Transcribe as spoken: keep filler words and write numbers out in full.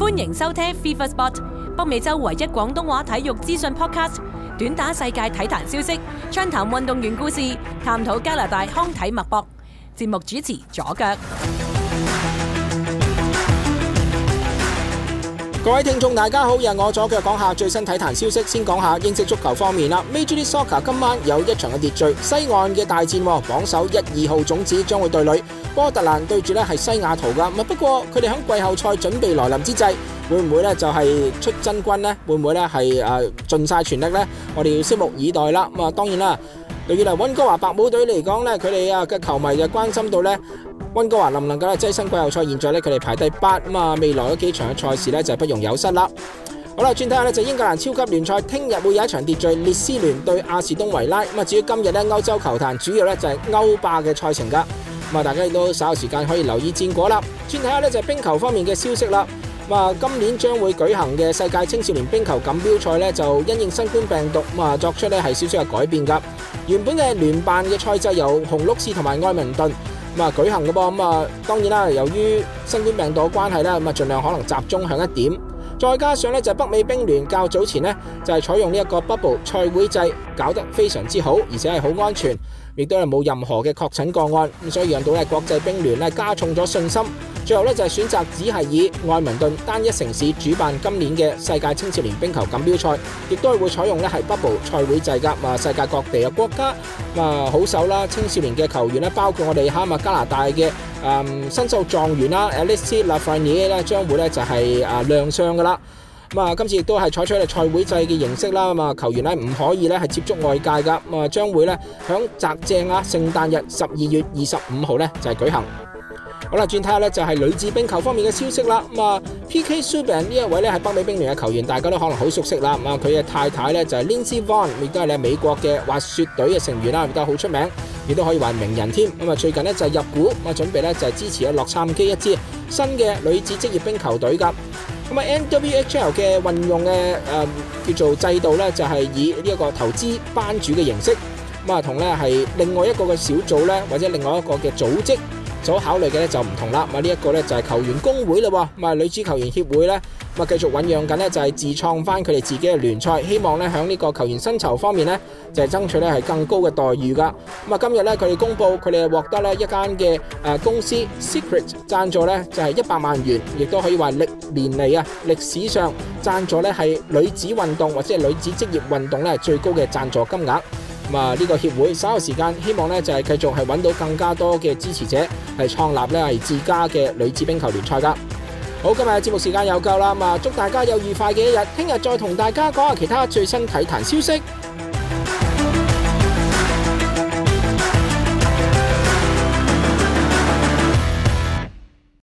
歡迎收聽 FIFA Spot， 北美洲唯一廣東話體育資訊 podcast， 短打世界體壇消息，暢談運動員故事，探討加拿大康體脈搏。節目主持左腳。 各位聽眾大家好，由我左腳講下最新體壇消息。先講下英式足球方面啦 ，Major League Soccer 今晚有一場嘅秩序，西岸嘅大戰，榜首一二號種子將會對壘波特蘭，對住咧係西雅圖噶。不過佢哋喺季後賽準備來臨之際，會唔會咧就係出真軍呢？會唔會咧係誒盡晒全力呢？我哋要拭目以待啦。咁啊，當然啦，對於嚟溫哥華白帽隊嚟講咧，佢哋啊嘅球迷就關心到咧。溫哥華能唔能夠咧躋身季後賽？現在咧佢哋排第八，咁啊未來嗰幾場嘅賽事咧就不容有失啦。好啦，轉睇下咧就英格蘭超級聯賽，聽日會有一場秩序，列斯聯對阿士東維拉。咁啊至於今日咧歐洲球壇主要咧就係歐霸嘅賽程噶，咁啊大家亦都稍後時間可以留意戰果啦。轉睇下咧就係冰球方面嘅消息啦。咁啊今年將會舉行嘅世界青少年冰球錦標賽咧就因應新冠病毒咁啊作出咧係少少嘅改變噶。原本嘅聯辦嘅賽制由紅鹿市同埋愛民頓咁啊舉行嘅噃，咁啊當然啦，由於新冠病毒嘅關係啦，咁啊盡量可能集中向一點，再加上咧就北美冰聯較早前呢，就係採用呢一個 bubble 賽會制，搞得非常之好，而且係好安全，亦都係冇任何嘅確診個案，咁所以讓到咧國際冰聯咧加重咗信心，最後咧就係選擇只係以愛民頓單一城市主辦今年嘅世界青少年冰球錦標賽，亦都係會採用咧係 bubble 賽會制㗎，啊世界各地嘅國家啊好手啦，青少年嘅球員咧，包括我哋哈密加拿大嘅誒新秀狀元啦 Alexis Lafreniere 咧，將會咧就係啊亮相㗎啦。咁啊，今次亦都係採取咧賽會制嘅形式啦，咁啊球員咧唔可以咧係接觸外界㗎，咁啊將會咧響擲正啊聖誕日十二月二十五號咧就係舉行。好啦，轉睇下咧就係女子冰球方面嘅消息啦。咁啊 P K Subban 呢一位咧係北美冰聯嘅球員，大家都可能好熟悉啦。咁啊佢嘅太太咧就係 Lindsey Vonn， 亦都係咧美國嘅滑雪隊嘅成員啦，亦都好出名，亦都可以話名人添。咁啊最近咧就係入股，咁啊準備咧就係支持啊洛杉磯一支新嘅女子職業冰球隊㗎。咁啊 N W H L 嘅運用嘅誒、呃、叫做制度咧，就係、是、以呢一個投資班主嘅形式，咁啊同咧係另外一個嘅小組咧，或者另外一個嘅組織所考慮嘅咧就唔同啦。咁啊呢一個咧就係球員工會啦，咁啊女子球員協會咧，咁啊繼續醖釀緊咧就係自創翻佢哋自己嘅聯賽，希望咧響呢個球員薪酬方面咧就係爭取咧係更高嘅待遇噶。咁啊今日咧佢哋公布佢哋獲得咧一間嘅誒公司 Secret 贊助咧就係一百萬元，亦都可以話歷年嚟啊歷史上贊助咧係女子運動或者係女子職業運動咧最高嘅贊助金額。咁啊呢個協會稍後時間希望咧就係繼續係揾到更加多嘅支持者，係創立咧係自家嘅女子冰球聯賽噶。好，今日嘅節目時間又夠啦，咁啊祝大家有愉快嘅一日，聽日再同大家講下其他最新體壇消息。